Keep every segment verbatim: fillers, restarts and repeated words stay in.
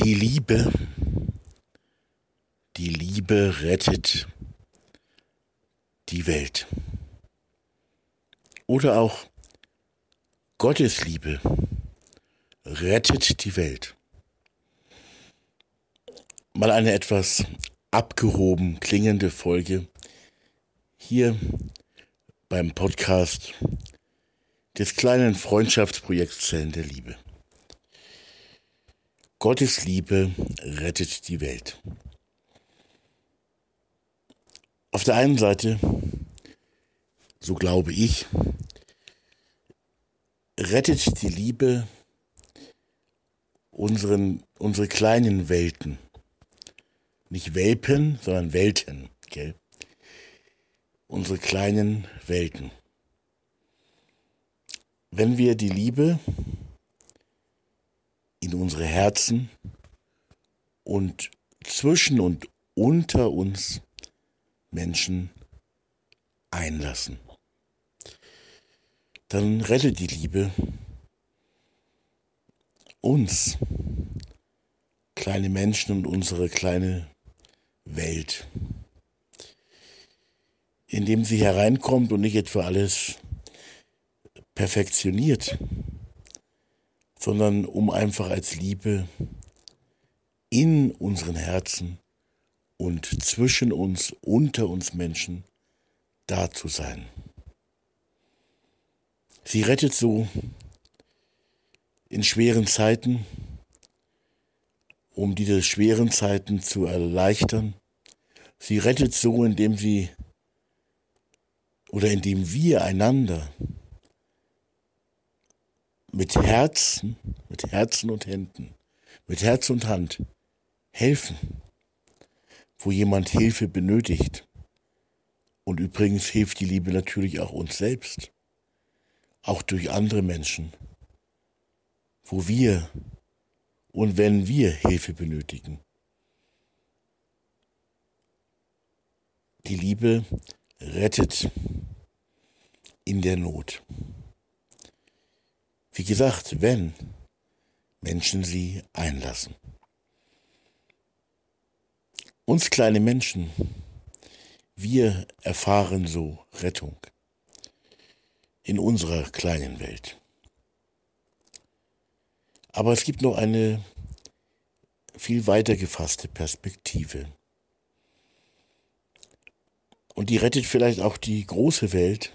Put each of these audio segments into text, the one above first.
Die Liebe, die Liebe rettet die Welt. Oder auch Gottes Liebe rettet die Welt. Mal eine etwas abgehoben klingende Folge hier beim Podcast des kleinen Freundschaftsprojekts Zellen der Liebe. Gottes Liebe rettet die Welt. Auf der einen Seite, so glaube ich, rettet die Liebe unseren, unsere kleinen Welten. Nicht Welpen, sondern Welten, gell? Unsere kleinen Welten. Wenn wir die Liebe in unsere Herzen und zwischen und unter uns Menschen einlassen, dann rettet die Liebe uns, kleine Menschen und unsere kleine Welt, indem sie hereinkommt und nicht etwa alles perfektioniert, sondern um einfach als Liebe in unseren Herzen und zwischen uns, unter uns Menschen da zu sein. Sie rettet so in schweren Zeiten, um diese schweren Zeiten zu erleichtern. Sie rettet so, indem sie oder indem wir einander mit Herzen, mit Herzen und Händen, mit Herz und Hand helfen, wo jemand Hilfe benötigt. Und übrigens hilft die Liebe natürlich auch uns selbst, auch durch andere Menschen, wo wir und wenn wir Hilfe benötigen. Die Liebe rettet in der Not. Wie gesagt, wenn Menschen sie einlassen. Uns kleine Menschen, wir erfahren so Rettung in unserer kleinen Welt. Aber es gibt noch eine viel weiter gefasste Perspektive. Und die rettet vielleicht auch die große Welt,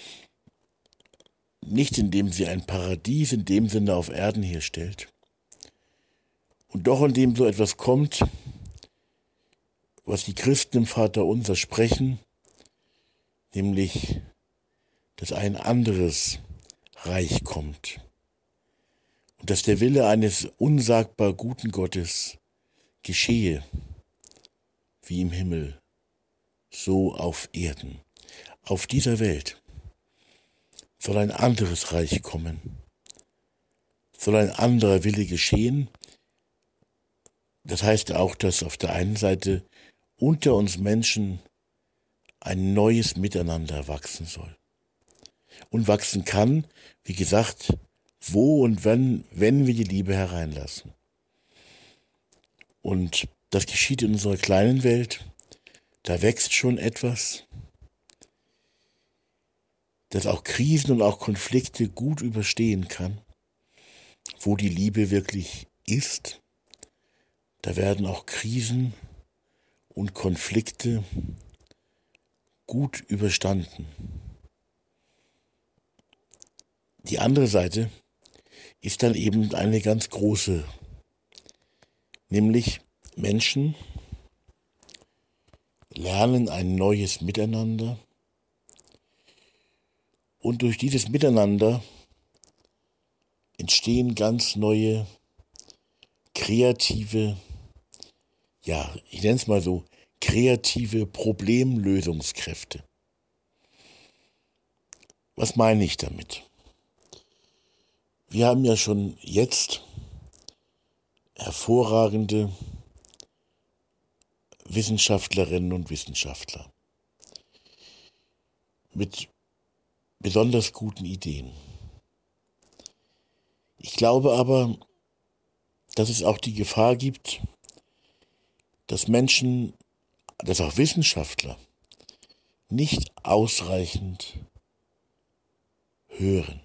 nicht indem sie ein Paradies in dem Sinne auf Erden herstellt, und doch indem so etwas kommt, was die Christen im Vaterunser sprechen, nämlich, dass ein anderes Reich kommt und dass der Wille eines unsagbar guten Gottes geschehe, wie im Himmel, so auf Erden. Auf dieser Welt soll ein anderes Reich kommen, soll ein anderer Wille geschehen. Das heißt auch, dass auf der einen Seite unter uns Menschen ein neues Miteinander wachsen soll. Und wachsen kann, wie gesagt, wo und wenn, wenn wir die Liebe hereinlassen. Und das geschieht in unserer kleinen Welt. Da wächst schon etwas, das auch Krisen und auch Konflikte gut überstehen kann, wo die Liebe wirklich ist. Da werden auch Krisen und Konflikte gut überstanden. Die andere Seite ist dann eben eine ganz große, nämlich Menschen lernen ein neues Miteinander und durch dieses Miteinander entstehen ganz neue, kreative, ja, ich nenne es mal so, kreative Problemlösungskräfte. Was meine ich damit? Wir haben ja schon jetzt hervorragende Wissenschaftlerinnen und Wissenschaftler mit besonders guten Ideen. Ich glaube aber, dass es auch die Gefahr gibt, dass Menschen, dass auch Wissenschaftler nicht ausreichend hören.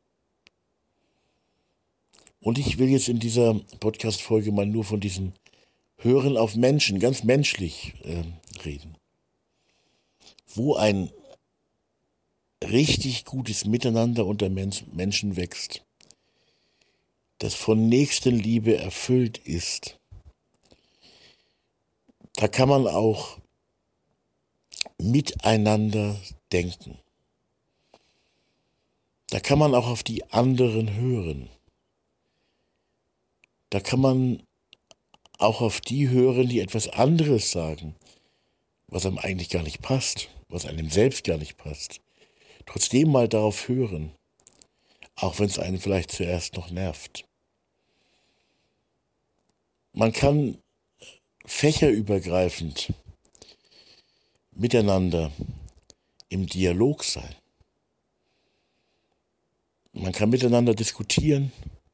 Und ich will jetzt in dieser Podcast-Folge mal nur von diesem Hören auf Menschen, ganz menschlich äh, reden. Wo ein richtig gutes Miteinander unter Menschen wächst, das von Nächstenliebe erfüllt ist. Da kann man auch miteinander denken. Da kann man auch auf die anderen hören. Da kann man auch auf die hören, die etwas anderes sagen, was einem eigentlich gar nicht passt, was einem selbst gar nicht passt. Trotzdem mal darauf hören, auch wenn es einen vielleicht zuerst noch nervt. Man kann fächerübergreifend miteinander im Dialog sein. Man kann miteinander diskutieren.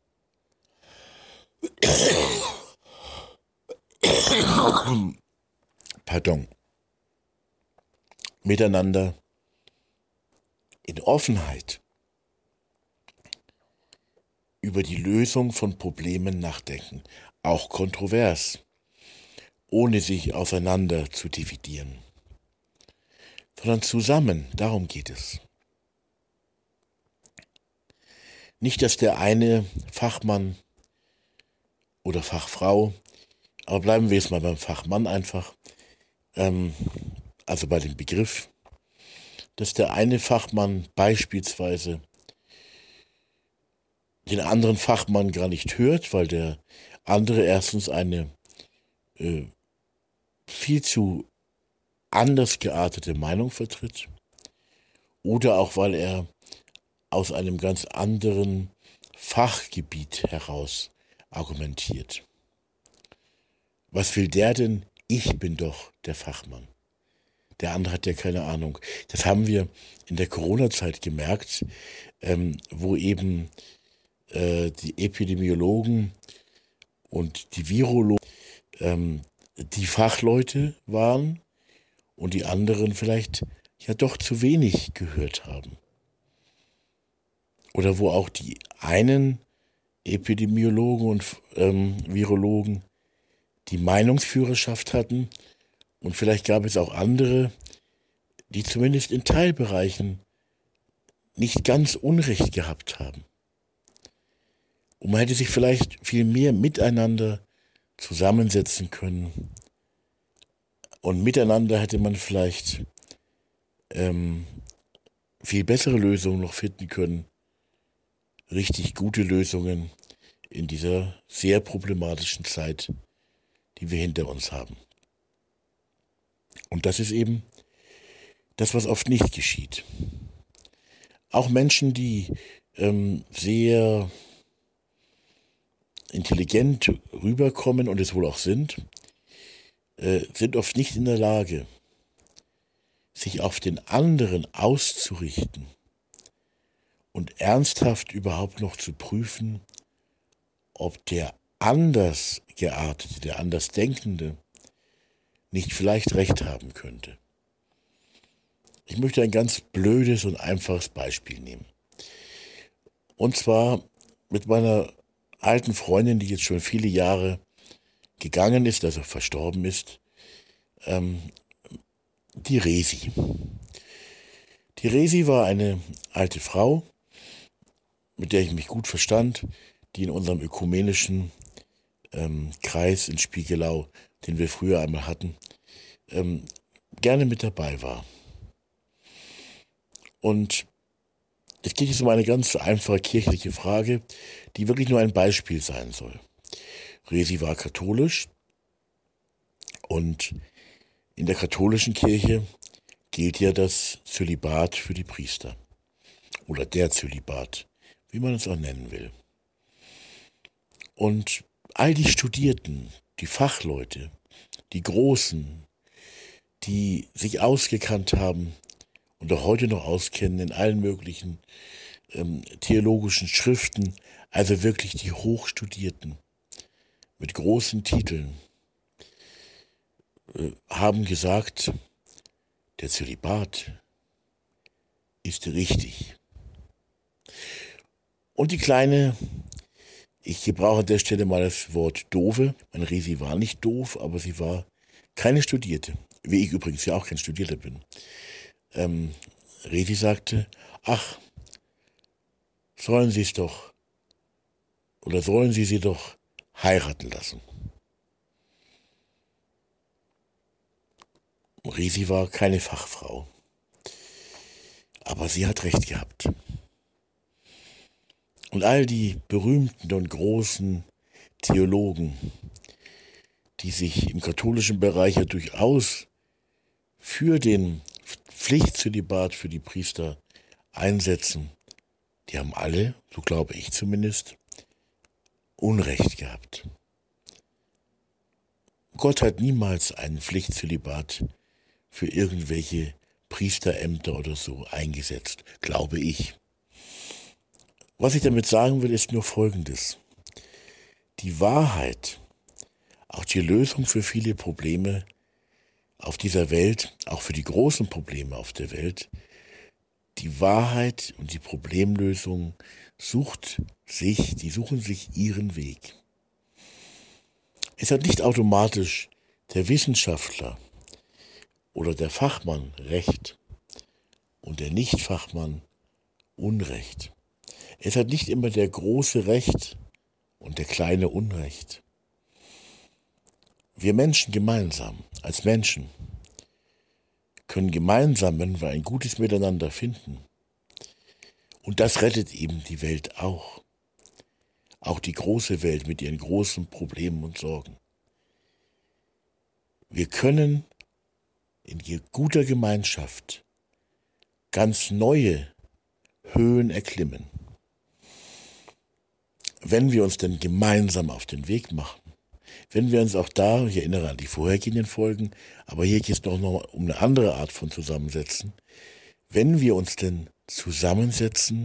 Pardon. Miteinander in Offenheit über die Lösung von Problemen nachdenken, auch kontrovers, ohne sich auseinander zu dividieren, sondern zusammen, darum geht es. Nicht, dass der eine Fachmann oder Fachfrau, aber bleiben wir jetzt mal beim Fachmann einfach, ähm, also bei dem Begriff, dass der eine Fachmann beispielsweise den anderen Fachmann gar nicht hört, weil der andere erstens eine äh, viel zu anders geartete Meinung vertritt oder auch weil er aus einem ganz anderen Fachgebiet heraus argumentiert. Was will der denn? Ich bin doch der Fachmann. Der andere hat ja keine Ahnung. Das haben wir in der Corona-Zeit gemerkt, ähm, wo eben äh, die Epidemiologen und die Virologen ähm, die Fachleute waren und die anderen vielleicht ja doch zu wenig gehört haben. Oder wo auch die einen Epidemiologen und ähm, Virologen die Meinungsführerschaft hatten und vielleicht gab es auch andere, die zumindest in Teilbereichen nicht ganz Unrecht gehabt haben. Und man hätte sich vielleicht viel mehr miteinander zusammensetzen können und miteinander hätte man vielleicht ähm, viel bessere Lösungen noch finden können, richtig gute Lösungen in dieser sehr problematischen Zeit, die wir hinter uns haben. Und das ist eben das, was oft nicht geschieht. Auch Menschen, die ähm, sehr intelligent rüberkommen und es wohl auch sind, äh, sind oft nicht in der Lage, sich auf den anderen auszurichten und ernsthaft überhaupt noch zu prüfen, ob der anders geartete, der Andersdenkende nicht vielleicht recht haben könnte. Ich möchte ein ganz blödes und einfaches Beispiel nehmen. Und zwar mit meiner alten Freundin, die jetzt schon viele Jahre gegangen ist, also verstorben ist, ähm, die Resi. Die Resi war eine alte Frau, mit der ich mich gut verstand, die in unserem ökumenischen ähm, Kreis in Spiegelau, den wir früher einmal hatten, ähm, gerne mit dabei war. Und es geht jetzt um eine ganz einfache kirchliche Frage, die wirklich nur ein Beispiel sein soll. Resi war katholisch und in der katholischen Kirche gilt ja das Zölibat für die Priester. Oder der Zölibat, wie man es auch nennen will. Und all die Studierten, die Fachleute, die Großen, die sich ausgekannt haben und auch heute noch auskennen in allen möglichen ähm, theologischen Schriften, also wirklich die Hochstudierten, mit großen Titeln äh, haben gesagt, der Zölibat ist richtig. Und die Kleine, ich gebrauche an der Stelle mal das Wort Doofe. Meine Resi war nicht doof, aber sie war keine Studierte. Wie ich übrigens ja auch kein Studierter bin. Ähm, Resi sagte, ach, sollen Sie es doch, oder sollen Sie sie doch heiraten lassen. Resi war keine Fachfrau. Aber sie hat recht gehabt. Und all die berühmten und großen Theologen, die sich im katholischen Bereich ja durchaus für den Pflichtzölibat für die Priester einsetzen, die haben alle, so glaube ich zumindest, Unrecht gehabt. Gott hat niemals einen Pflichtzölibat für irgendwelche Priesterämter oder so eingesetzt, glaube ich. Was ich damit sagen will, ist nur Folgendes. Die Wahrheit, auch die Lösung für viele Probleme auf dieser Welt, auch für die großen Probleme auf der Welt, die Wahrheit und die Problemlösung sucht sich, die suchen sich ihren Weg. Es hat nicht automatisch der Wissenschaftler oder der Fachmann Recht und der Nichtfachmann Unrecht. Es hat nicht immer der große Recht und der kleine Unrecht. Wir Menschen gemeinsam, als Menschen, können gemeinsam, wenn wir ein gutes Miteinander finden, und das rettet eben die Welt auch, auch die große Welt mit ihren großen Problemen und Sorgen. Wir können in guter Gemeinschaft ganz neue Höhen erklimmen, wenn wir uns denn gemeinsam auf den Weg machen. Wenn wir uns auch da, ich erinnere an die vorhergehenden Folgen, aber hier geht es noch, noch um eine andere Art von Zusammensetzen, wenn wir uns denn zusammensetzen,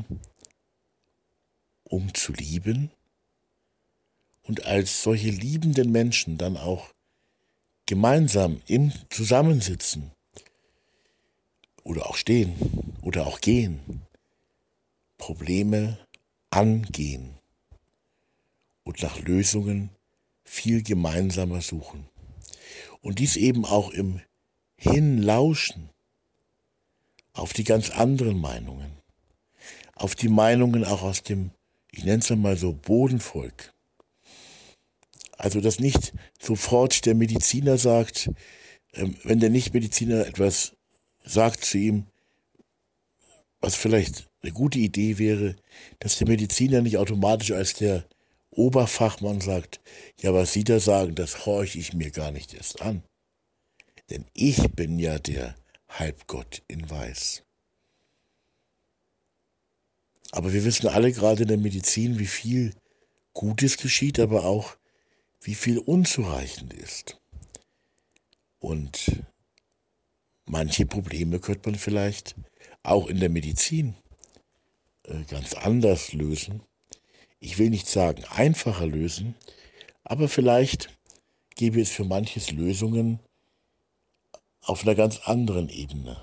um zu lieben und als solche liebenden Menschen dann auch gemeinsam im Zusammensitzen oder auch stehen oder auch gehen, Probleme angehen und nach Lösungen viel gemeinsamer suchen. Und dies eben auch im Hinlauschen auf die ganz anderen Meinungen, auf die Meinungen auch aus dem, ich nenne es mal so, Bodenvolk. Also dass nicht sofort der Mediziner sagt, ähm, wenn der Nichtmediziner etwas sagt zu ihm, was vielleicht eine gute Idee wäre, dass der Mediziner nicht automatisch als der Oberfachmann sagt, ja, was Sie da sagen, das horche ich mir gar nicht erst an. Denn ich bin ja der Halbgott in Weiß. Aber wir wissen alle gerade in der Medizin, wie viel Gutes geschieht, aber auch, wie viel unzureichend ist. Und manche Probleme könnte man vielleicht auch in der Medizin äh, ganz anders lösen. Ich will nicht sagen einfacher lösen, aber vielleicht gäbe es für manches Lösungen auf einer ganz anderen Ebene.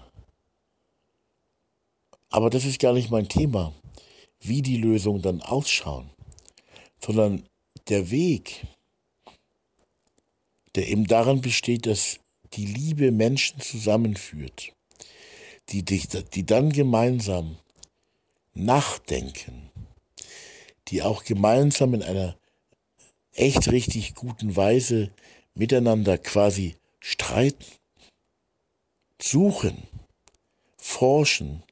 Aber das ist gar nicht mein Thema, wie die Lösungen dann ausschauen, sondern der Weg, der eben daran besteht, dass die Liebe Menschen zusammenführt, die, die, die dann gemeinsam nachdenken, die auch gemeinsam in einer echt richtig guten Weise miteinander quasi streiten, suchen, forschen,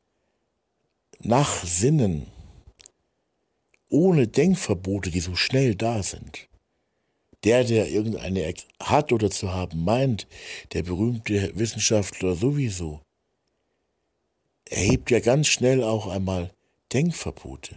nachsinnen, ohne Denkverbote, die so schnell da sind. Der, der irgendeine hat oder zu haben meint, der berühmte Wissenschaftler sowieso, erhebt ja ganz schnell auch einmal Denkverbote.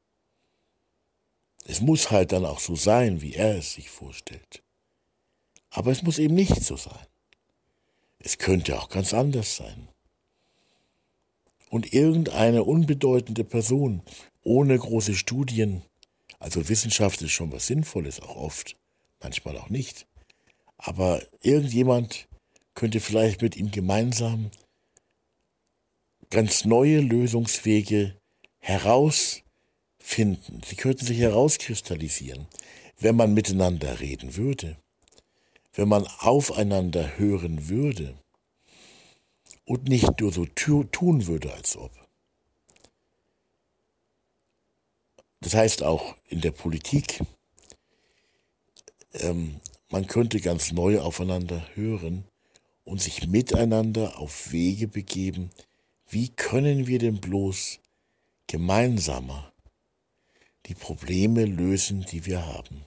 Es muss halt dann auch so sein, wie er es sich vorstellt. Aber es muss eben nicht so sein. Es könnte auch ganz anders sein. Und irgendeine unbedeutende Person, ohne große Studien, also Wissenschaft ist schon was Sinnvolles auch oft, manchmal auch nicht. Aber irgendjemand könnte vielleicht mit ihm gemeinsam ganz neue Lösungswege herausfinden. Sie könnten sich herauskristallisieren, wenn man miteinander reden würde, wenn man aufeinander hören würde und nicht nur so tu- tun würde, als ob. Das heißt auch in der Politik, ähm, man könnte ganz neu aufeinander hören und sich miteinander auf Wege begeben. Wie können wir denn bloß gemeinsamer die Probleme lösen, die wir haben?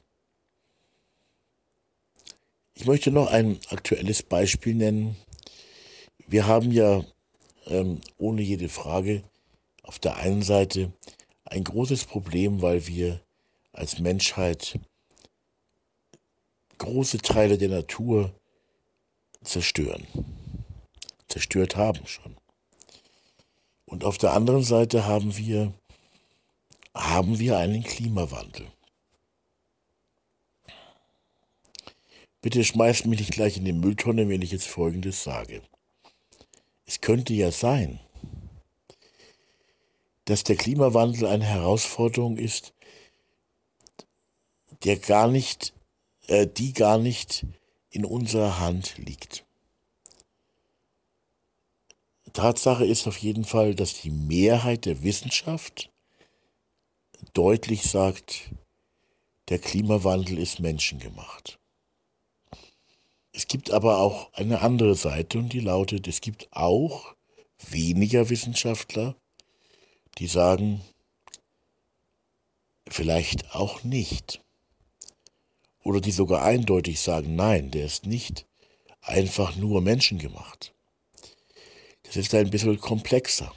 Ich möchte noch ein aktuelles Beispiel nennen. Wir haben ja ähm, ohne jede Frage auf der einen Seite ein großes Problem, weil wir als Menschheit große Teile der Natur zerstören, zerstört haben schon. Und auf der anderen Seite haben wir, haben wir einen Klimawandel. Bitte schmeißt mich nicht gleich in die Mülltonne, wenn ich jetzt Folgendes sage. Es könnte ja sein, dass der Klimawandel eine Herausforderung ist, der gar nicht, äh, die gar nicht in unserer Hand liegt. Tatsache ist auf jeden Fall, dass die Mehrheit der Wissenschaft deutlich sagt, der Klimawandel ist menschengemacht. Es gibt aber auch eine andere Seite und die lautet, es gibt auch weniger Wissenschaftler, die sagen, vielleicht auch nicht. Oder die sogar eindeutig sagen, nein, der ist nicht einfach nur menschengemacht. Das ist ein bisschen komplexer.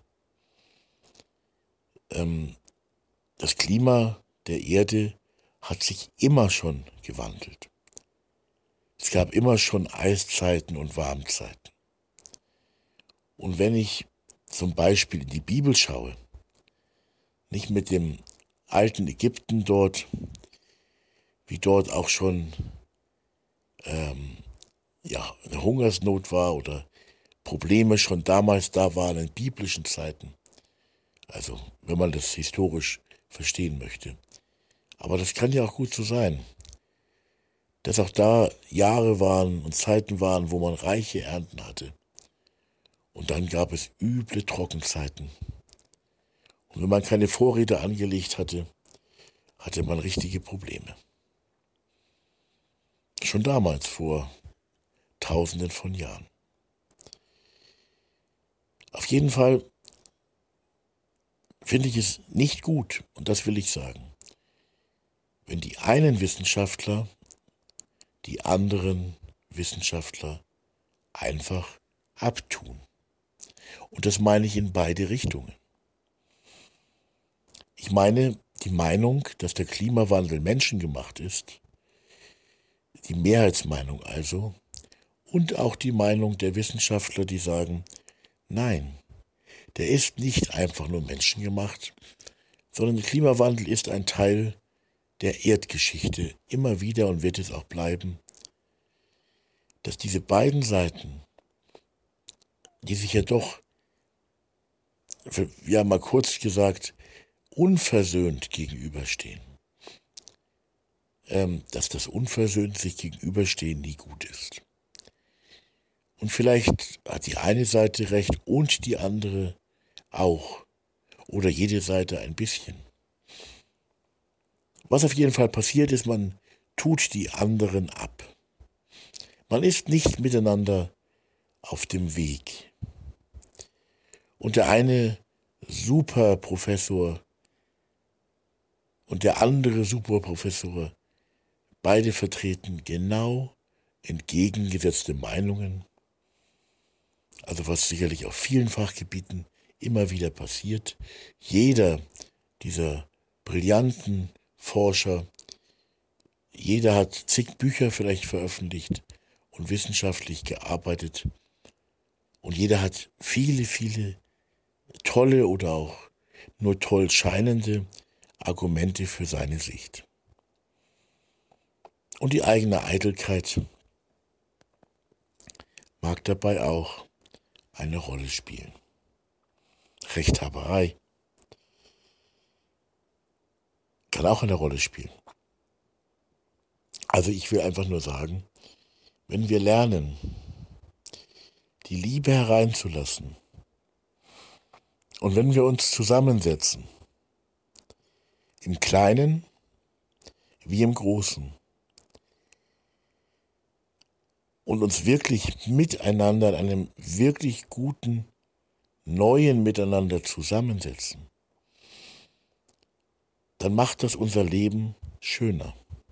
Ähm, das Klima der Erde hat sich immer schon gewandelt. Es gab immer schon Eiszeiten und Warmzeiten. Und wenn ich zum Beispiel in die Bibel schaue, nicht mit dem alten Ägypten dort, wie dort auch schon ähm, ja, eine Hungersnot war oder Probleme schon damals da waren in biblischen Zeiten. Also, wenn man das historisch verstehen möchte. Aber das kann ja auch gut so sein, dass auch da Jahre waren und Zeiten waren, wo man reiche Ernten hatte. Und dann gab es üble Trockenzeiten. Und wenn man keine Vorräte angelegt hatte, hatte man richtige Probleme. Schon damals, vor Tausenden von Jahren. Auf jeden Fall finde ich es nicht gut, und das will ich sagen, wenn die einen Wissenschaftler die anderen Wissenschaftler einfach abtun. Und das meine ich in beide Richtungen. Ich meine die Meinung, dass der Klimawandel menschengemacht ist, die Mehrheitsmeinung also, und auch die Meinung der Wissenschaftler, die sagen, nein, der ist nicht einfach nur menschengemacht, sondern der Klimawandel ist ein Teil der Erdgeschichte, immer wieder und wird es auch bleiben, dass diese beiden Seiten, die sich ja doch, ja mal kurz gesagt, unversöhnt gegenüberstehen, ähm, dass das unversöhnt sich gegenüberstehen nie gut ist. Und vielleicht hat die eine Seite recht und die andere auch. Oder jede Seite ein bisschen. Was auf jeden Fall passiert ist, man tut die anderen ab. Man ist nicht miteinander auf dem Weg. Und der eine Superprofessor und der andere Superprofessor, beide vertreten genau entgegengesetzte Meinungen. Also was sicherlich auf vielen Fachgebieten immer wieder passiert. Jeder dieser brillanten Forscher, jeder hat zig Bücher vielleicht veröffentlicht und wissenschaftlich gearbeitet. Und jeder hat viele, viele tolle oder auch nur toll scheinende Argumente für seine Sicht. Und die eigene Eitelkeit mag dabei auch eine Rolle spielen. Rechthaberei kann auch eine Rolle spielen. Also ich will einfach nur sagen, wenn wir lernen, die Liebe hereinzulassen und wenn wir uns zusammensetzen, im Kleinen wie im Großen, und uns wirklich miteinander in einem wirklich guten, neuen Miteinander zusammensetzen, dann macht das unser Leben schöner.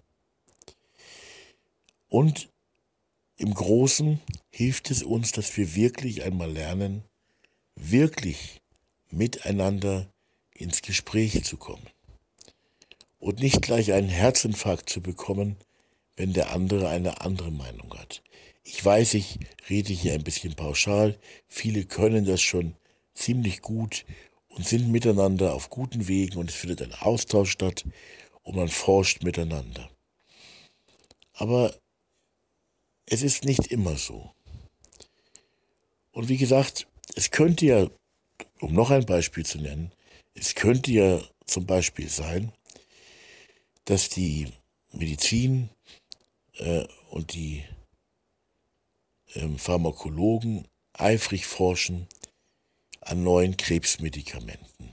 Und im Großen hilft es uns, dass wir wirklich einmal lernen, wirklich miteinander ins Gespräch zu kommen und nicht gleich einen Herzinfarkt zu bekommen, wenn der andere eine andere Meinung hat. Ich weiß, ich rede hier ein bisschen pauschal, viele können das schon ziemlich gut und sind miteinander auf guten Wegen und es findet ein Austausch statt und man forscht miteinander. Aber es ist nicht immer so. Und wie gesagt, es könnte ja, um noch ein Beispiel zu nennen, es könnte ja zum Beispiel sein, dass die Medizin äh, und die ähm, Pharmakologen eifrig forschen an neuen Krebsmedikamenten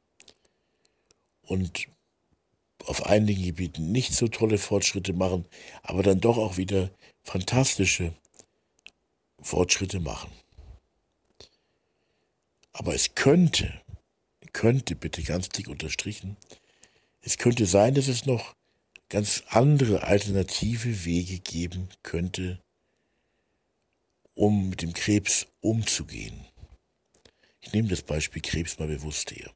und auf einigen Gebieten nicht so tolle Fortschritte machen, aber dann doch auch wieder fantastische Fortschritte machen. Aber es könnte, könnte bitte ganz dick unterstrichen, es könnte sein, dass es noch ganz andere alternative Wege geben könnte, um mit dem Krebs umzugehen. Ich nehme das Beispiel Krebs mal bewusst her.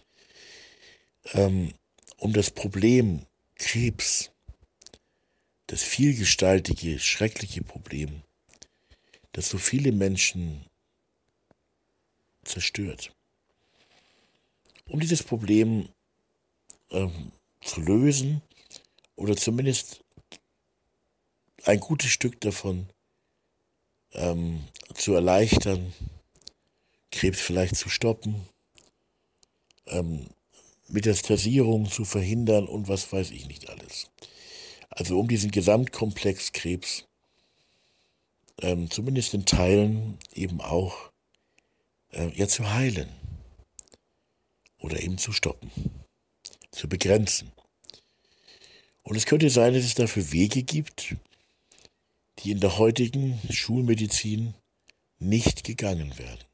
Ähm, um das Problem Krebs, das vielgestaltige, schreckliche Problem, das so viele Menschen zerstört. Um dieses Problem ähm, zu lösen oder zumindest ein gutes Stück davon ähm, zu erleichtern, Krebs vielleicht zu stoppen, ähm, Metastasierung zu verhindern und was weiß ich nicht alles. Also um diesen Gesamtkomplex Krebs ähm, zumindest in Teilen eben auch äh, ja, zu heilen oder eben zu stoppen, zu begrenzen. Und es könnte sein, dass es dafür Wege gibt, die in der heutigen Schulmedizin nicht gegangen werden.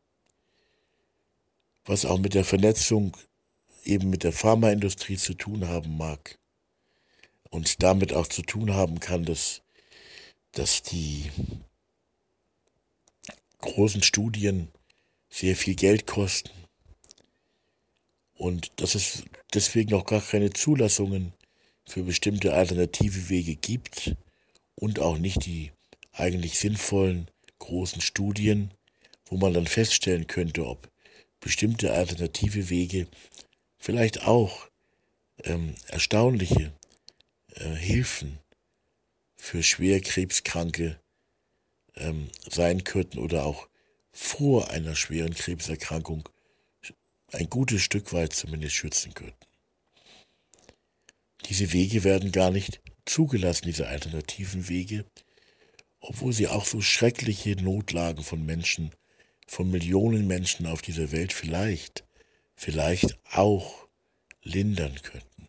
Was auch mit der Vernetzung eben mit der Pharmaindustrie zu tun haben mag und damit auch zu tun haben kann, dass, dass die großen Studien sehr viel Geld kosten und dass es deswegen auch gar keine Zulassungen für bestimmte alternative Wege gibt und auch nicht die eigentlich sinnvollen großen Studien, wo man dann feststellen könnte, ob bestimmte alternative Wege vielleicht auch ähm, erstaunliche äh, Hilfen für schwer Krebskranke ähm, sein könnten oder auch vor einer schweren Krebserkrankung ein gutes Stück weit zumindest schützen könnten. Diese Wege werden gar nicht zugelassen, diese alternativen Wege, obwohl sie auch so schreckliche Notlagen von Menschen, von Millionen Menschen auf dieser Welt vielleicht, vielleicht auch lindern könnten.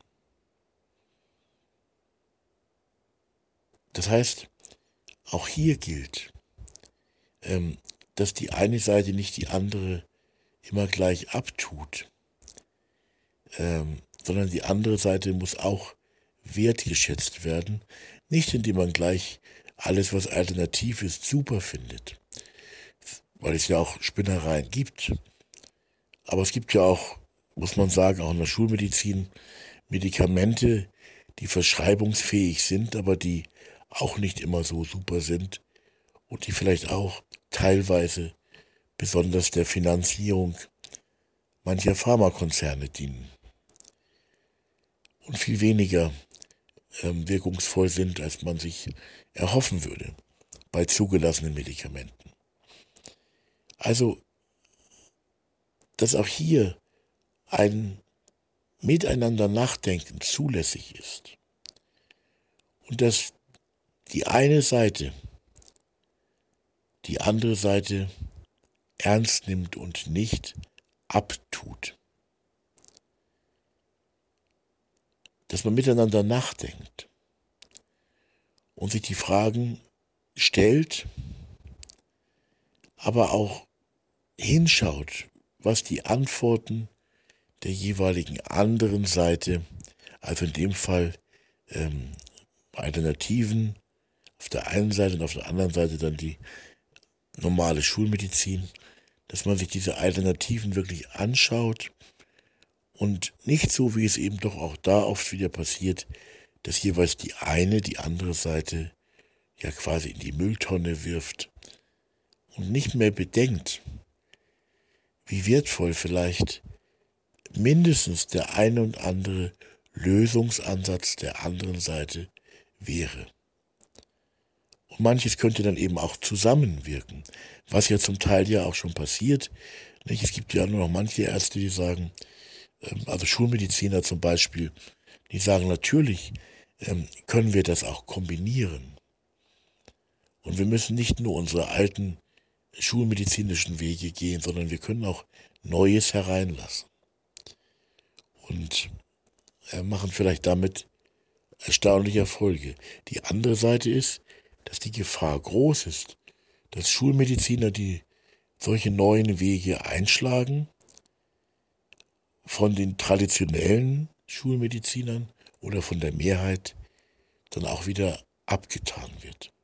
Das heißt, auch hier gilt, ähm, dass die eine Seite nicht die andere immer gleich abtut, ähm, sondern die andere Seite muss auch wertgeschätzt werden, nicht indem man gleich alles, was alternativ ist, super findet, weil es ja auch Spinnereien gibt. Aber es gibt ja auch, muss man sagen, auch in der Schulmedizin Medikamente, die verschreibungsfähig sind, aber die auch nicht immer so super sind und die vielleicht auch teilweise besonders der Finanzierung mancher Pharmakonzerne dienen und viel weniger ähm, wirkungsvoll sind, als man sich erhoffen würde bei zugelassenen Medikamenten. Also, dass auch hier ein Miteinander nachdenken zulässig ist und dass die eine Seite die andere Seite ernst nimmt und nicht abtut. Dass man miteinander nachdenkt und sich die Fragen stellt, aber auch hinschaut, was die Antworten der jeweiligen anderen Seite, also in dem Fall ähm, Alternativen auf der einen Seite und auf der anderen Seite dann die normale Schulmedizin, dass man sich diese Alternativen wirklich anschaut und nicht so, wie es eben doch auch da oft wieder passiert, dass jeweils die eine die andere Seite ja quasi in die Mülltonne wirft und nicht mehr bedenkt, wie wertvoll vielleicht mindestens der eine und andere Lösungsansatz der anderen Seite wäre. Und manches könnte dann eben auch zusammenwirken, was ja zum Teil ja auch schon passiert. Nicht? Es gibt ja nur noch manche Ärzte, die sagen, ähm, also Schulmediziner zum Beispiel, die sagen, natürlich ähm, können wir das auch kombinieren. Und wir müssen nicht nur unsere alten schulmedizinischen Wege gehen, sondern wir können auch Neues hereinlassen. Und äh, machen vielleicht damit erstaunliche Erfolge. Die andere Seite ist, dass die Gefahr groß ist, dass Schulmediziner, die solche neuen Wege einschlagen, von den traditionellen Schulmedizinern oder von der Mehrheit dann auch wieder abgetan wird.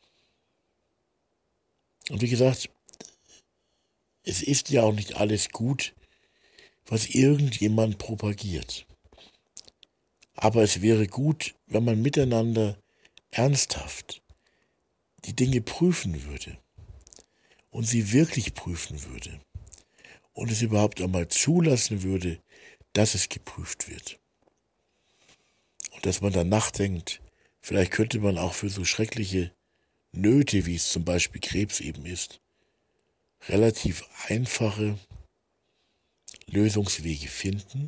Und wie gesagt, es ist ja auch nicht alles gut, was irgendjemand propagiert. Aber es wäre gut, wenn man miteinander ernsthaft die Dinge prüfen würde und sie wirklich prüfen würde und es überhaupt einmal zulassen würde, dass es geprüft wird. Und dass man dann nachdenkt, vielleicht könnte man auch für so schreckliche Nöte, wie es zum Beispiel Krebs eben ist, relativ einfache Lösungswege finden.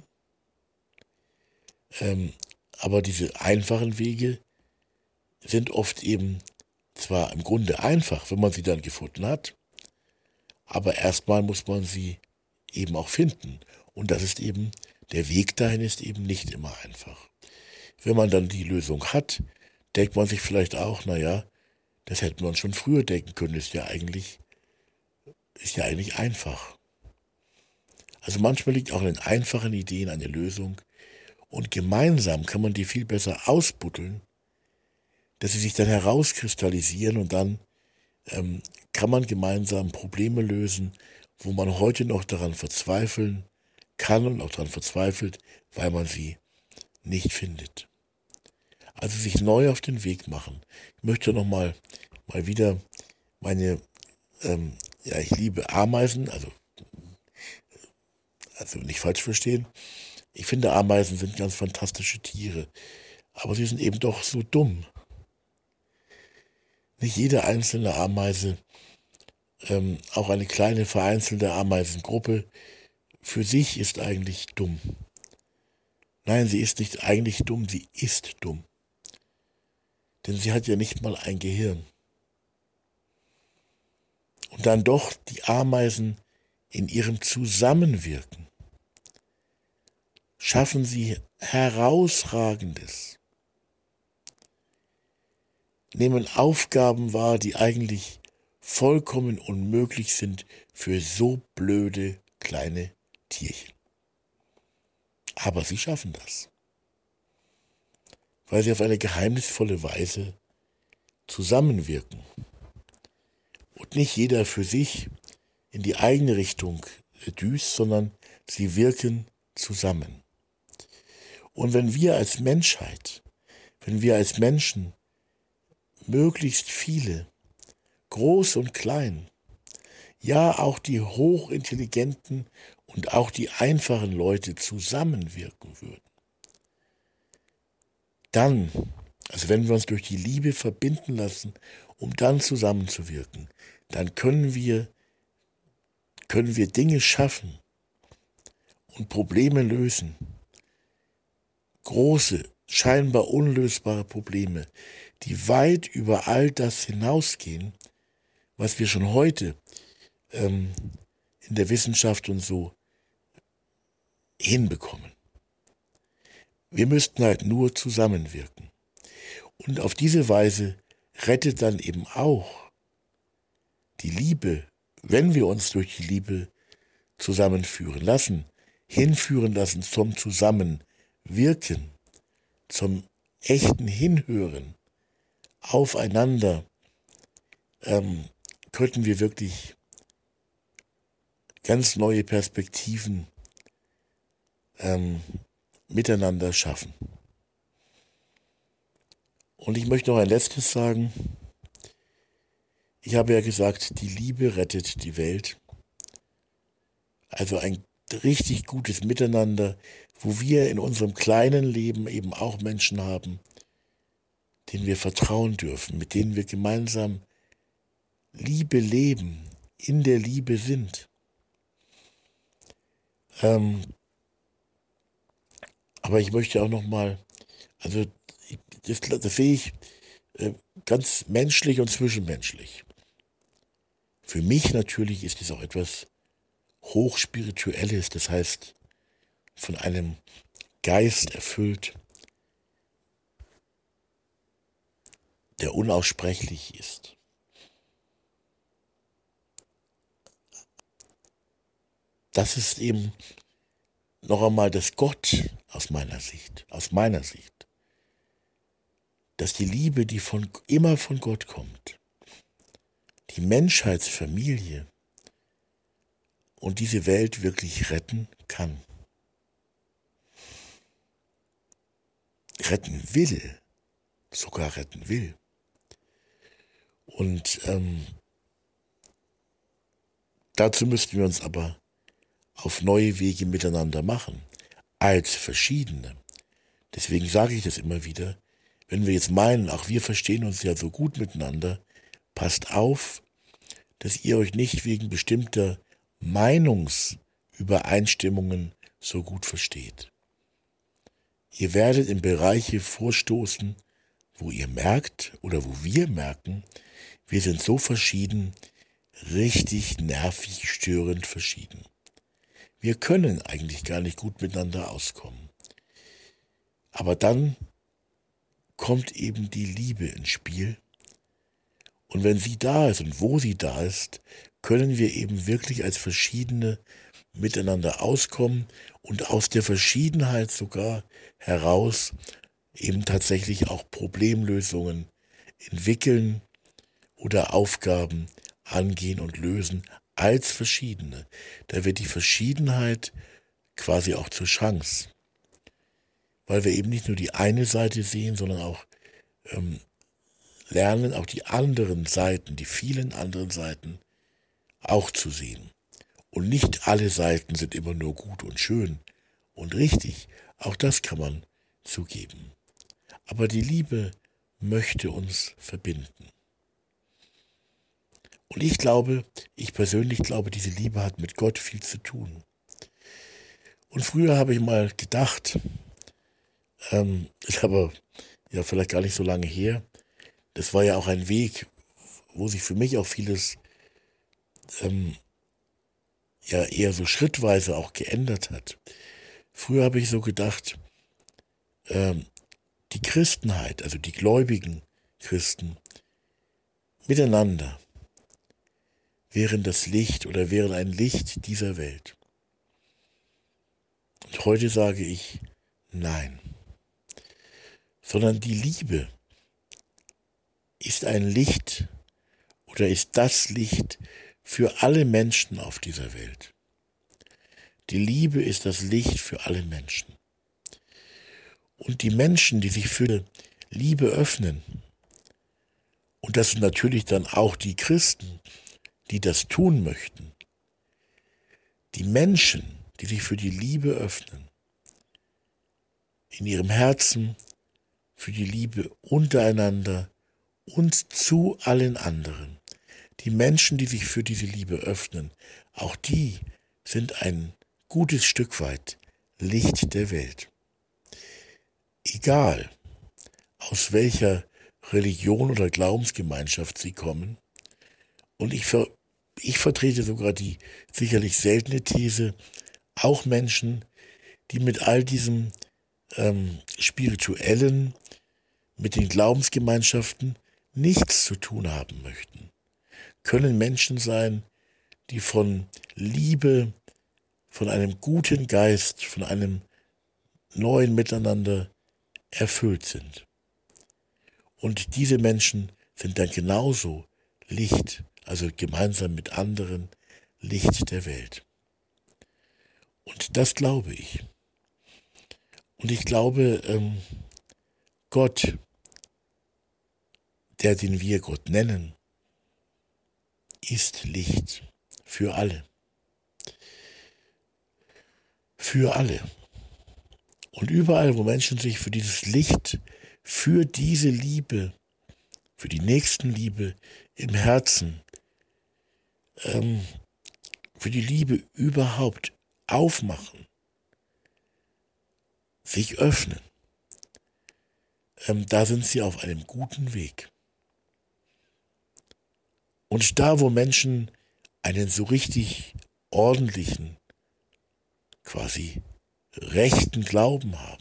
Ähm, aber diese einfachen Wege sind oft eben zwar im Grunde einfach, wenn man sie dann gefunden hat, aber erstmal muss man sie eben auch finden. Und das ist eben, der Weg dahin ist eben nicht immer einfach. Wenn man dann die Lösung hat, denkt man sich vielleicht auch, naja, das hätte man schon früher denken können, ist ja eigentlich, ist ja eigentlich einfach. Also manchmal liegt auch in den einfachen Ideen eine Lösung und gemeinsam kann man die viel besser ausbuddeln, dass sie sich dann herauskristallisieren und dann ähm, kann man gemeinsam Probleme lösen, wo man heute noch daran verzweifeln kann und auch daran verzweifelt, weil man sie nicht findet. Also sich neu auf den Weg machen. Ich möchte nochmal mal wieder meine, ähm, ja, ich liebe Ameisen, also, also nicht falsch verstehen. Ich finde, Ameisen sind ganz fantastische Tiere, aber sie sind eben doch so dumm. Nicht jede einzelne Ameise, ähm, auch eine kleine vereinzelte Ameisengruppe, für sich ist eigentlich dumm. Nein, sie ist nicht eigentlich dumm, sie ist dumm. Denn sie hat ja nicht mal ein Gehirn. Und dann doch die Ameisen in ihrem Zusammenwirken schaffen sie Herausragendes. Nehmen Aufgaben wahr, die eigentlich vollkommen unmöglich sind für so blöde kleine Tierchen. Aber sie schaffen das, weil sie auf eine geheimnisvolle Weise zusammenwirken und nicht jeder für sich in die eigene Richtung düst, sondern sie wirken zusammen. Und wenn wir als Menschheit, wenn wir als Menschen möglichst viele, groß und klein, ja auch die hochintelligenten und auch die einfachen Leute zusammenwirken würden, dann, also wenn wir uns durch die Liebe verbinden lassen, um dann zusammenzuwirken, dann können wir, können wir Dinge schaffen und Probleme lösen. Große, scheinbar unlösbare Probleme, die weit über all das hinausgehen, was wir schon heute ähm, in der Wissenschaft und so hinbekommen. Wir müssten halt nur zusammenwirken. Und auf diese Weise rettet dann eben auch die Liebe, wenn wir uns durch die Liebe zusammenführen lassen, hinführen lassen zum Zusammenwirken, zum echten Hinhören, aufeinander, ähm, könnten wir wirklich ganz neue Perspektiven ähm, miteinander schaffen. Und ich möchte noch ein letztes sagen. Ich habe ja gesagt, die Liebe rettet die Welt. Also ein richtig gutes Miteinander, wo wir in unserem kleinen Leben eben auch Menschen haben, denen wir vertrauen dürfen, mit denen wir gemeinsam Liebe leben, in der Liebe sind. Ähm, aber ich möchte auch noch mal, also das, das sehe ich äh, ganz menschlich und zwischenmenschlich. Für mich natürlich ist es auch etwas Hochspirituelles, das heißt von einem Geist erfüllt, der unaussprechlich ist. Das ist eben noch einmal das Gott aus meiner Sicht, aus meiner Sicht, dass die Liebe, die von, immer von Gott kommt, die Menschheitsfamilie und diese Welt wirklich retten kann. Retten will, sogar retten will. Und ähm, dazu müssten wir uns aber auf neue Wege miteinander machen, als Verschiedene. Deswegen sage ich das immer wieder, wenn wir jetzt meinen, ach, wir verstehen uns ja so gut miteinander, passt auf, dass ihr euch nicht wegen bestimmter Meinungsübereinstimmungen so gut versteht. Ihr werdet in Bereiche vorstoßen, wo ihr merkt oder wo wir merken, wir sind so verschieden, richtig nervig, störend verschieden. Wir können eigentlich gar nicht gut miteinander auskommen. Aber dann kommt eben die Liebe ins Spiel. Und wenn sie da ist und wo sie da ist, können wir eben wirklich als Verschiedene miteinander auskommen und aus der Verschiedenheit sogar heraus eben tatsächlich auch Problemlösungen entwickeln oder Aufgaben angehen und lösen als Verschiedene. Da wird die Verschiedenheit quasi auch zur Chance, weil wir eben nicht nur die eine Seite sehen, sondern auch ähm, lernen, auch die anderen Seiten, die vielen anderen Seiten auch zu sehen. Und nicht alle Seiten sind immer nur gut und schön und richtig. Auch das kann man zugeben. Aber die Liebe möchte uns verbinden. Und ich glaube, ich persönlich glaube, diese Liebe hat mit Gott viel zu tun. Und früher habe ich mal gedacht, ähm, ist aber ja vielleicht gar nicht so lange her, das war ja auch ein Weg, wo sich für mich auch vieles ähm, ja eher so schrittweise auch geändert hat. Früher habe ich so gedacht, ähm, die Christenheit, also die gläubigen Christen, miteinander wären das Licht oder wären ein Licht dieser Welt. Und heute sage ich, nein. Sondern die Liebe ist ein Licht oder ist das Licht für alle Menschen auf dieser Welt. Die Liebe ist das Licht für alle Menschen. Und die Menschen, die sich für Liebe öffnen, und das sind natürlich dann auch die Christen, die das tun möchten, die Menschen, die sich für die Liebe öffnen, in ihrem Herzen für die Liebe untereinander und zu allen anderen. Die Menschen, die sich für diese Liebe öffnen, auch die sind ein gutes Stück weit Licht der Welt. Egal, aus welcher Religion oder Glaubensgemeinschaft sie kommen, und ich, ver ich vertrete sogar die sicherlich seltene These, auch Menschen, die mit all diesem ähm, Spirituellen, mit den Glaubensgemeinschaften nichts zu tun haben möchten, können Menschen sein, die von Liebe, von einem guten Geist, von einem neuen Miteinander erfüllt sind. Und diese Menschen sind dann genauso Licht, also gemeinsam mit anderen Licht der Welt. Und das glaube ich. Und ich glaube, ähm, Gott, der den wir Gott nennen, ist Licht für alle. Für alle. Und überall, wo Menschen sich für dieses Licht, für diese Liebe, für die Nächstenliebe im Herzen, ähm, für die Liebe überhaupt aufmachen, sich öffnen, ähm, da sind sie auf einem guten Weg. Und da, wo Menschen einen so richtig ordentlichen, quasi rechten Glauben haben,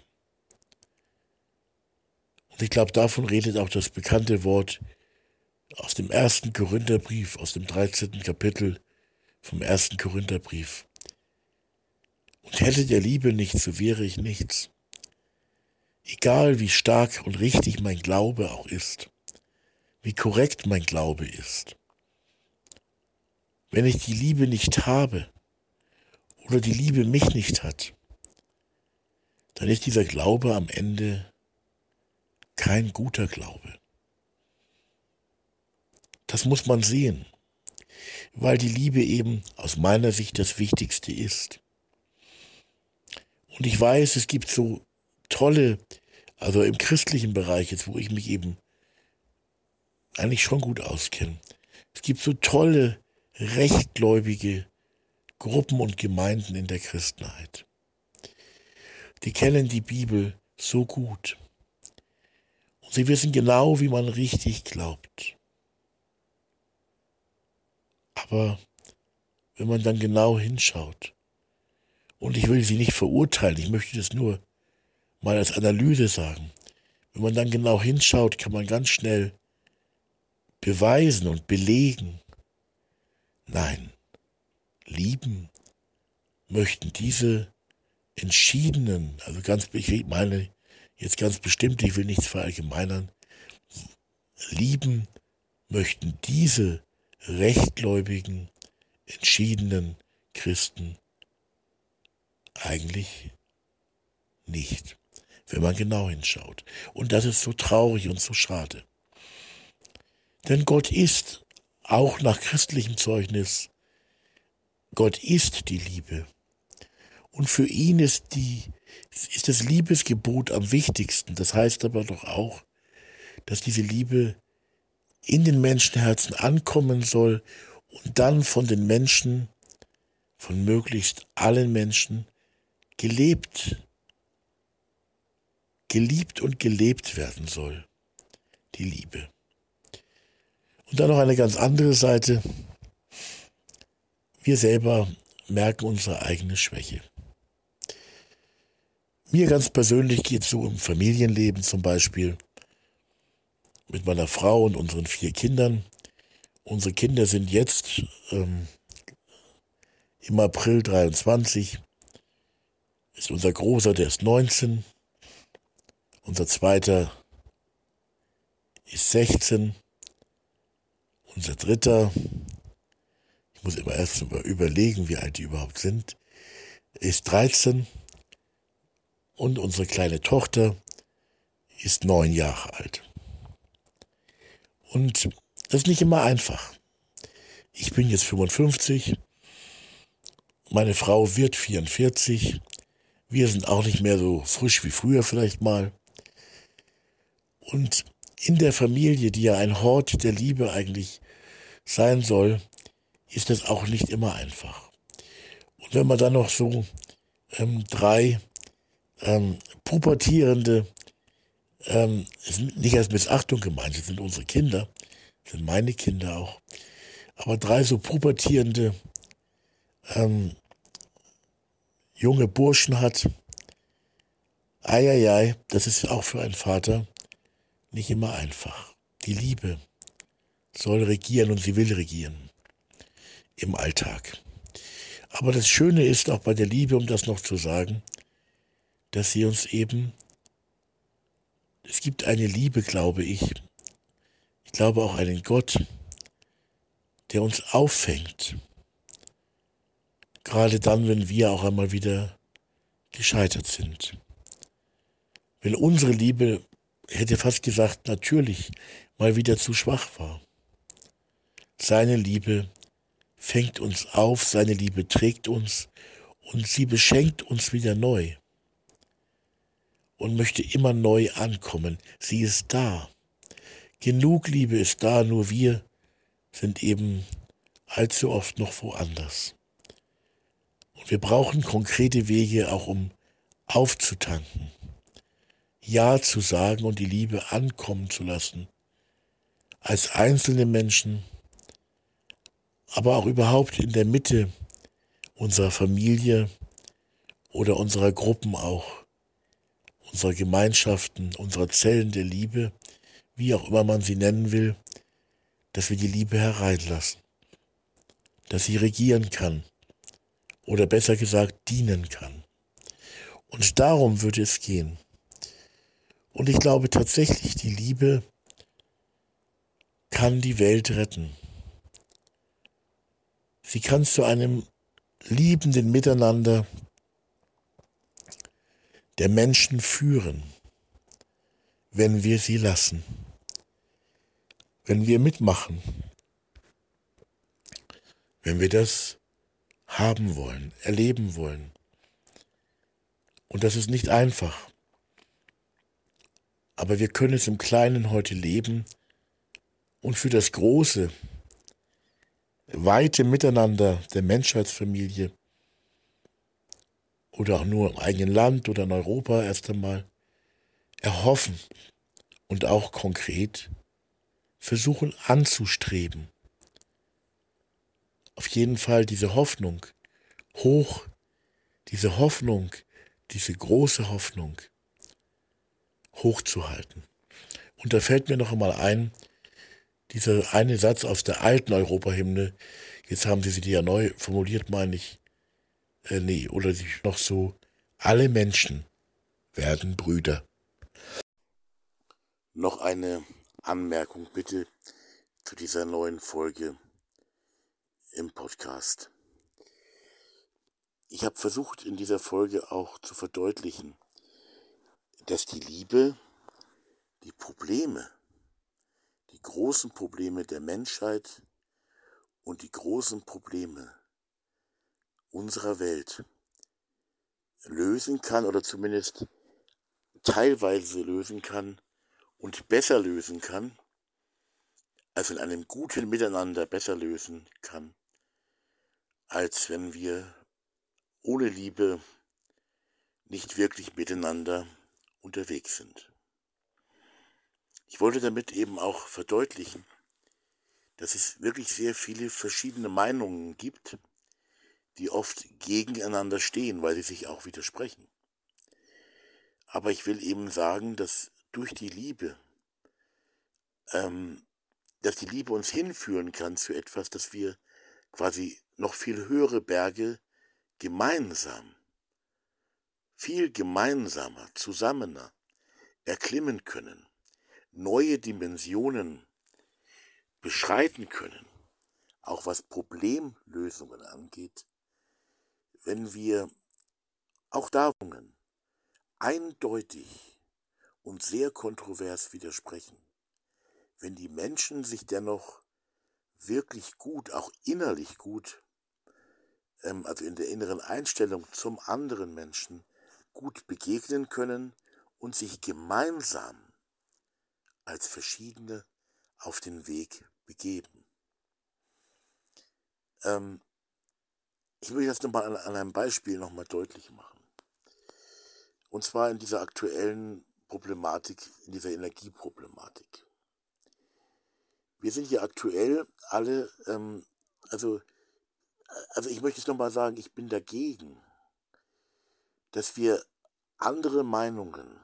und ich glaube, davon redet auch das bekannte Wort aus dem ersten Korintherbrief, aus dem dreizehnten Kapitel vom ersten Korintherbrief. Und hätte der Liebe nicht, so wäre ich nichts. Egal wie stark und richtig mein Glaube auch ist, wie korrekt mein Glaube ist, wenn ich die Liebe nicht habe oder die Liebe mich nicht hat, dann ist dieser Glaube am Ende kein guter Glaube. Das muss man sehen, weil die Liebe eben aus meiner Sicht das Wichtigste ist. Und ich weiß, es gibt so tolle, also im christlichen Bereich jetzt, wo ich mich eben eigentlich schon gut auskenne, es gibt so tolle, rechtgläubige Gruppen und Gemeinden in der Christenheit. Die kennen die Bibel so gut. Und sie wissen genau, wie man richtig glaubt. Aber wenn man dann genau hinschaut, und ich will sie nicht verurteilen, ich möchte das nur mal als Analyse sagen, wenn man dann genau hinschaut, kann man ganz schnell beweisen und belegen, nein, lieben möchten diese entschiedenen, also ganz, ich meine jetzt ganz bestimmt, ich will nichts verallgemeinern, lieben möchten diese rechtgläubigen, entschiedenen Christen eigentlich nicht, wenn man genau hinschaut. Und das ist so traurig und so schade. Denn Gott ist, auch nach christlichem Zeugnis, Gott ist die Liebe. Und für ihn ist, die, ist das Liebesgebot am wichtigsten. Das heißt aber doch auch, dass diese Liebe in den Menschenherzen ankommen soll und dann von den Menschen, von möglichst allen Menschen, gelebt, geliebt und gelebt werden soll. Die Liebe. Und dann noch eine ganz andere Seite. Wir selber merken unsere eigene Schwäche. Mir ganz persönlich geht es so im Familienleben zum Beispiel mit meiner Frau und unseren vier Kindern. Unsere Kinder sind jetzt ähm, im April dreiundzwanzig, ist unser Großer, der ist neunzehn, unser Zweiter ist sechzehn, unser Dritter, ich muss immer erst überlegen, wie alt die überhaupt sind, ist dreizehn und unsere kleine Tochter ist neun Jahre alt. Und das ist nicht immer einfach. Ich bin jetzt fünfundfünfzig, meine Frau wird vierundvierzig, wir sind auch nicht mehr so frisch wie früher vielleicht mal. Und in der Familie, die ja ein Hort der Liebe eigentlich sein soll, ist das auch nicht immer einfach. Und wenn man dann noch so ähm, drei ähm, pubertierende, ähm, es sind nicht als Missachtung gemeint, das sind unsere Kinder, das sind meine Kinder auch, aber drei so pubertierende ähm, junge Burschen hat, eieiei, das ist auch für einen Vater nicht immer einfach. Die Liebe soll regieren und sie will regieren im Alltag. Aber das Schöne ist auch bei der Liebe, um das noch zu sagen, dass sie uns eben, es gibt eine Liebe, glaube ich, ich glaube auch einen Gott, der uns auffängt. Gerade dann, wenn wir auch einmal wieder gescheitert sind. Wenn unsere Liebe, ich hätte fast gesagt, natürlich mal wieder zu schwach war. Seine Liebe fängt uns auf, seine Liebe trägt uns und sie beschenkt uns wieder neu und möchte immer neu ankommen. Sie ist da. Genug Liebe ist da, nur wir sind eben allzu oft noch woanders. Und wir brauchen konkrete Wege, auch um aufzutanken, Ja zu sagen und die Liebe ankommen zu lassen, als einzelne Menschen, aber auch überhaupt in der Mitte unserer Familie oder unserer Gruppen auch, unserer Gemeinschaften, unserer Zellen der Liebe, wie auch immer man sie nennen will, dass wir die Liebe hereinlassen, dass sie regieren kann oder besser gesagt dienen kann. Und darum würde es gehen. Und ich glaube tatsächlich, die Liebe kann die Welt retten. Sie kann zu einem liebenden Miteinander der Menschen führen, wenn wir sie lassen, wenn wir mitmachen, wenn wir das haben wollen, erleben wollen. Und das ist nicht einfach. Aber wir können es im Kleinen heute leben und für das große, weite Miteinander der Menschheitsfamilie oder auch nur im eigenen Land oder in Europa erst einmal erhoffen und auch konkret versuchen anzustreben. Auf jeden Fall diese Hoffnung hoch, diese Hoffnung, diese große Hoffnung hochzuhalten. Und da fällt mir noch einmal ein, dieser eine Satz aus der alten Europahymne, jetzt haben sie sie ja neu formuliert, meine ich, äh, nee, oder sie noch so, alle Menschen werden Brüder. Noch eine Anmerkung bitte zu dieser neuen Folge im Podcast. Ich habe versucht in dieser Folge auch zu verdeutlichen, dass die Liebe die Probleme, die großen Probleme der Menschheit und die großen Probleme unserer Welt lösen kann oder zumindest teilweise lösen kann und besser lösen kann, also in einem guten Miteinander besser lösen kann, als wenn wir ohne Liebe nicht wirklich miteinander unterwegs sind. Ich wollte damit eben auch verdeutlichen, dass es wirklich sehr viele verschiedene Meinungen gibt, die oft gegeneinander stehen, weil sie sich auch widersprechen. Aber ich will eben sagen, dass durch die Liebe, ähm, dass die Liebe uns hinführen kann zu etwas, dass wir quasi noch viel höhere Berge gemeinsam, viel gemeinsamer, zusammener erklimmen können, neue Dimensionen beschreiten können, auch was Problemlösungen angeht, wenn wir auch darin eindeutig und sehr kontrovers widersprechen, wenn die Menschen sich dennoch wirklich gut, auch innerlich gut, ähm, also in der inneren Einstellung zum anderen Menschen gut begegnen können und sich gemeinsam als verschiedene auf den Weg begeben. Ähm, ich will das nochmal an, an einem Beispiel nochmal deutlich machen. Und zwar in dieser aktuellen Problematik, in dieser Energieproblematik. Wir sind hier aktuell alle, ähm, also, also ich möchte es nochmal sagen, ich bin dagegen, dass wir andere Meinungen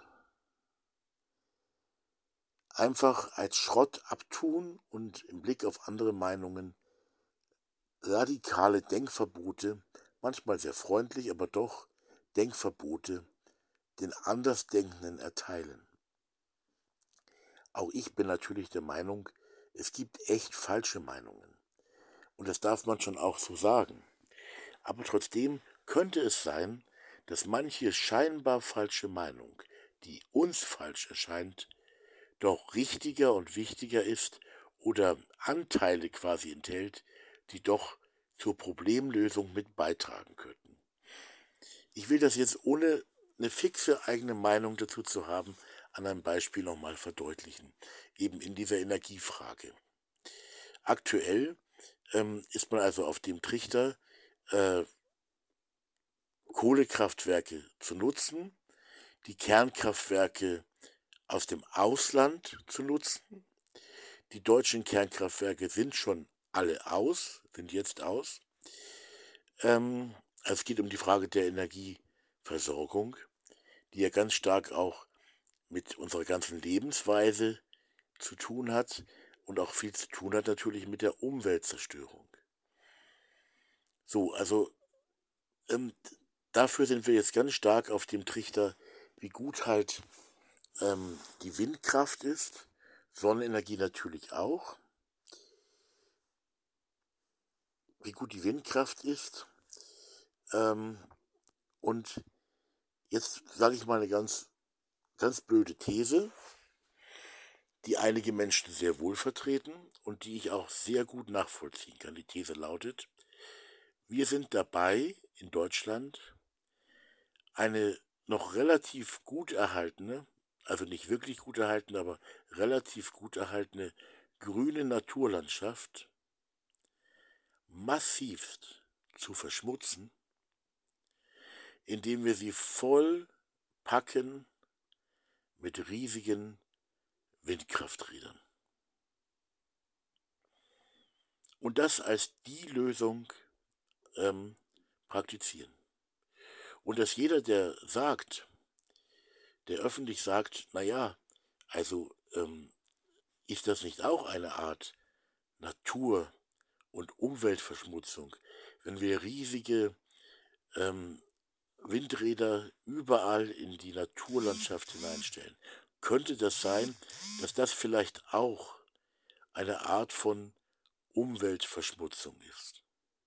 einfach als Schrott abtun und im Blick auf andere Meinungen radikale Denkverbote, manchmal sehr freundlich, aber doch Denkverbote den Andersdenkenden erteilen. Auch ich bin natürlich der Meinung, es gibt echt falsche Meinungen. Und das darf man schon auch so sagen. Aber trotzdem könnte es sein, dass manche scheinbar falsche Meinung, die uns falsch erscheint, doch richtiger und wichtiger ist oder Anteile quasi enthält, die doch zur Problemlösung mit beitragen könnten. Ich will das jetzt, ohne eine fixe eigene Meinung dazu zu haben, an einem Beispiel nochmal verdeutlichen, eben in dieser Energiefrage. Aktuell ähm, ist man also auf dem Trichter, äh, Kohlekraftwerke zu nutzen, die Kernkraftwerke aus dem Ausland zu nutzen. Die deutschen Kernkraftwerke sind schon alle aus, sind jetzt aus. Ähm, also es geht um die Frage der Energieversorgung, die ja ganz stark auch mit unserer ganzen Lebensweise zu tun hat und auch viel zu tun hat natürlich mit der Umweltzerstörung. So, also ähm, dafür sind wir jetzt ganz stark auf dem Trichter, wie gut halt ähm, die Windkraft ist, Sonnenenergie natürlich auch, wie gut die Windkraft ist. Ähm, und jetzt sage ich mal eine ganz, ganz blöde These, die einige Menschen sehr wohl vertreten und die ich auch sehr gut nachvollziehen kann. Die These lautet: Wir sind dabei, in Deutschland eine noch relativ gut erhaltene, also nicht wirklich gut erhaltene, aber relativ gut erhaltene grüne Naturlandschaft massivst zu verschmutzen, indem wir sie voll packen mit riesigen Windkrafträdern. Und das als die Lösung ähm, praktizieren. Und dass jeder, der sagt, der öffentlich sagt, naja, also ähm, ist das nicht auch eine Art Natur- und Umweltverschmutzung, wenn wir riesige ähm, Windräder überall in die Naturlandschaft hineinstellen? Könnte das sein, dass das vielleicht auch eine Art von Umweltverschmutzung ist?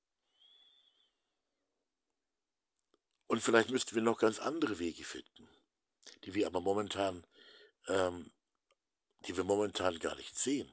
Und vielleicht müssten wir noch ganz andere Wege finden, die wir aber momentan, ähm, die wir momentan gar nicht sehen.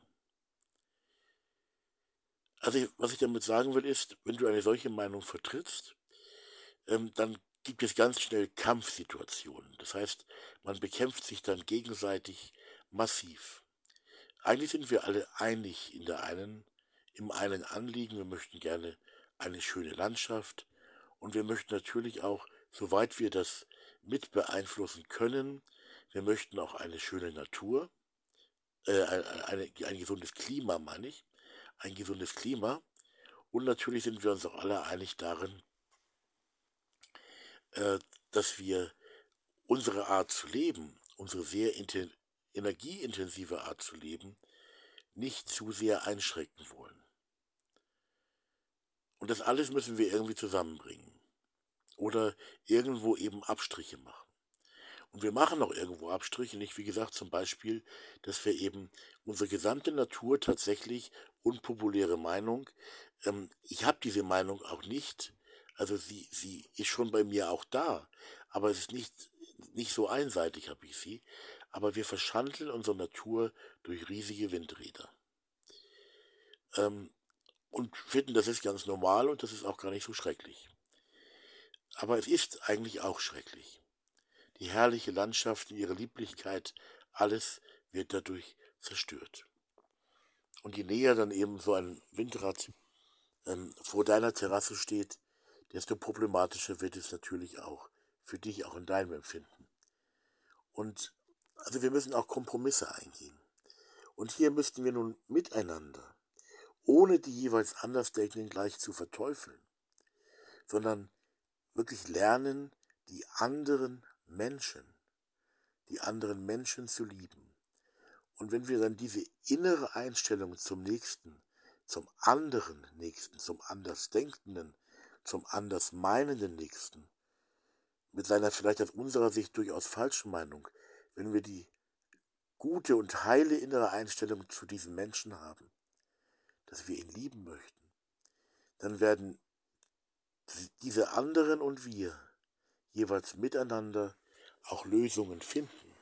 Also ich, was ich damit sagen will, ist, wenn du eine solche Meinung vertrittst, ähm, dann gibt es ganz schnell Kampfsituationen. Das heißt, man bekämpft sich dann gegenseitig massiv. Eigentlich sind wir alle einig in der einen, im einen Anliegen. Wir möchten gerne eine schöne Landschaft und wir möchten natürlich auch, soweit wir das mit beeinflussen können, wir möchten auch eine schöne Natur, äh, ein, eine, ein gesundes Klima, meine ich, ein gesundes Klima. Und natürlich sind wir uns auch alle einig darin, äh, dass wir unsere Art zu leben, unsere sehr inten- energieintensive Art zu leben, nicht zu sehr einschränken wollen. Und das alles müssen wir irgendwie zusammenbringen oder irgendwo eben Abstriche machen. Und wir machen auch irgendwo Abstriche, nicht, wie gesagt, zum Beispiel, dass wir eben unsere gesamte Natur tatsächlich, unpopuläre Meinung, ähm, ich habe diese Meinung auch nicht, also sie, sie ist schon bei mir auch da, aber es ist nicht, nicht so einseitig habe ich sie, aber wir verschandeln unsere Natur durch riesige Windräder. Ähm, und finden, das ist ganz normal und das ist auch gar nicht so schrecklich. Aber es ist eigentlich auch schrecklich. Die herrliche Landschaft, ihre Lieblichkeit, alles wird dadurch zerstört. Und je näher dann eben so ein Windrad ähm, vor deiner Terrasse steht, desto problematischer wird es natürlich auch für dich, auch in deinem Empfinden. Und also wir müssen auch Kompromisse eingehen. Und hier müssten wir nun miteinander, ohne die jeweils Andersdenkenden gleich zu verteufeln, sondern wirklich lernen, die anderen Menschen, die anderen Menschen zu lieben. Und wenn wir dann diese innere Einstellung zum Nächsten, zum anderen Nächsten, zum Andersdenkenden, zum Andersmeinenden Nächsten, mit seiner vielleicht aus unserer Sicht durchaus falschen Meinung, wenn wir die gute und heile innere Einstellung zu diesem Menschen haben, dass wir ihn lieben möchten, dann werden diese anderen und wir jeweils miteinander auch Lösungen finden.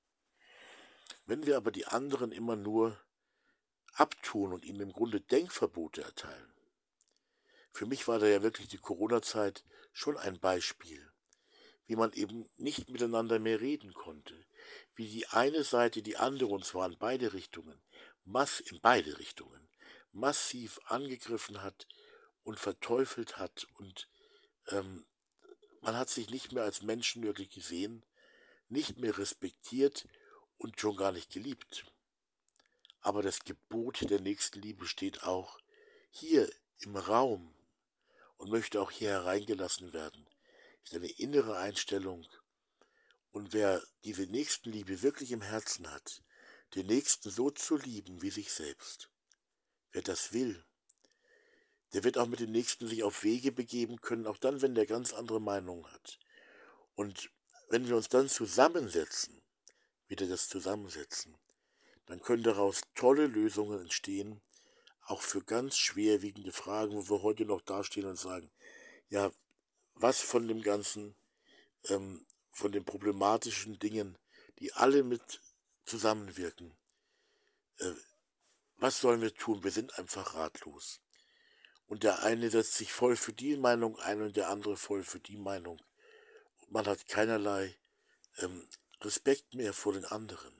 Wenn wir aber die anderen immer nur abtun und ihnen im Grunde Denkverbote erteilen, für mich war da ja wirklich die Corona-Zeit schon ein Beispiel, wie man eben nicht miteinander mehr reden konnte, wie die eine Seite die andere, und zwar in beide Richtungen, mass in beide Richtungen, massiv angegriffen hat und verteufelt hat und ähm, man hat sich nicht mehr als Menschen wirklich gesehen, nicht mehr respektiert und schon gar nicht geliebt. Aber das Gebot der Nächstenliebe steht auch hier im Raum und möchte auch hier hereingelassen werden. Ist eine innere Einstellung. Und wer diese Nächstenliebe wirklich im Herzen hat, den Nächsten so zu lieben wie sich selbst, wer das will, der wird auch mit dem Nächsten sich auf Wege begeben können, auch dann, wenn der ganz andere Meinung hat. Und wenn wir uns dann zusammensetzen, wieder das Zusammensetzen, dann können daraus tolle Lösungen entstehen, auch für ganz schwerwiegende Fragen, wo wir heute noch dastehen und sagen, ja, was von dem Ganzen, ähm, von den problematischen Dingen, die alle mit zusammenwirken, äh, was sollen wir tun? Wir sind einfach ratlos. Und der eine setzt sich voll für die Meinung ein und der andere voll für die Meinung. Und man hat keinerlei ähm, Respekt mehr vor den anderen.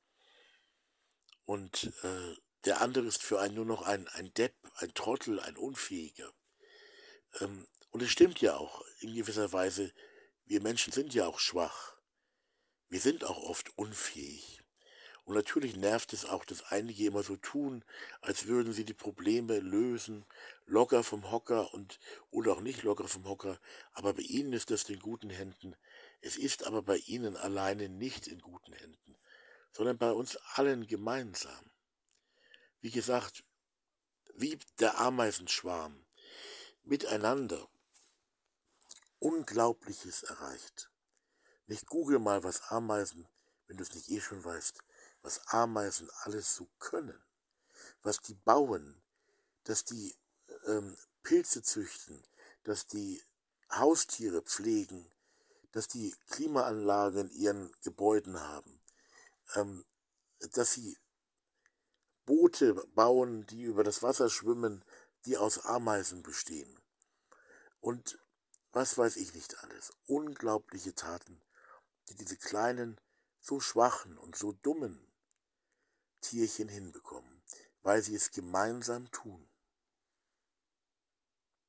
Und äh, der andere ist für einen nur noch ein, ein Depp, ein Trottel, ein Unfähiger. Ähm, und es stimmt ja auch, in gewisser Weise, wir Menschen sind ja auch schwach. Wir sind auch oft unfähig. Und natürlich nervt es auch, dass einige immer so tun, als würden sie die Probleme lösen, locker vom Hocker und oder auch nicht locker vom Hocker, aber bei ihnen ist das in guten Händen. Es ist aber bei ihnen alleine nicht in guten Händen, sondern bei uns allen gemeinsam. Wie gesagt, wie der Ameisenschwarm miteinander Unglaubliches erreicht. Nicht google mal, was Ameisen, wenn du es nicht eh schon weißt, was Ameisen alles so können, was die bauen, dass die ähm, Pilze züchten, dass die Haustiere pflegen, dass die Klimaanlagen in ihren Gebäuden haben, ähm, dass sie Boote bauen, die über das Wasser schwimmen, die aus Ameisen bestehen. Und was weiß ich nicht alles. Unglaubliche Taten, die diese kleinen, so schwachen und so dummen Tierchen hinbekommen, weil sie es gemeinsam tun.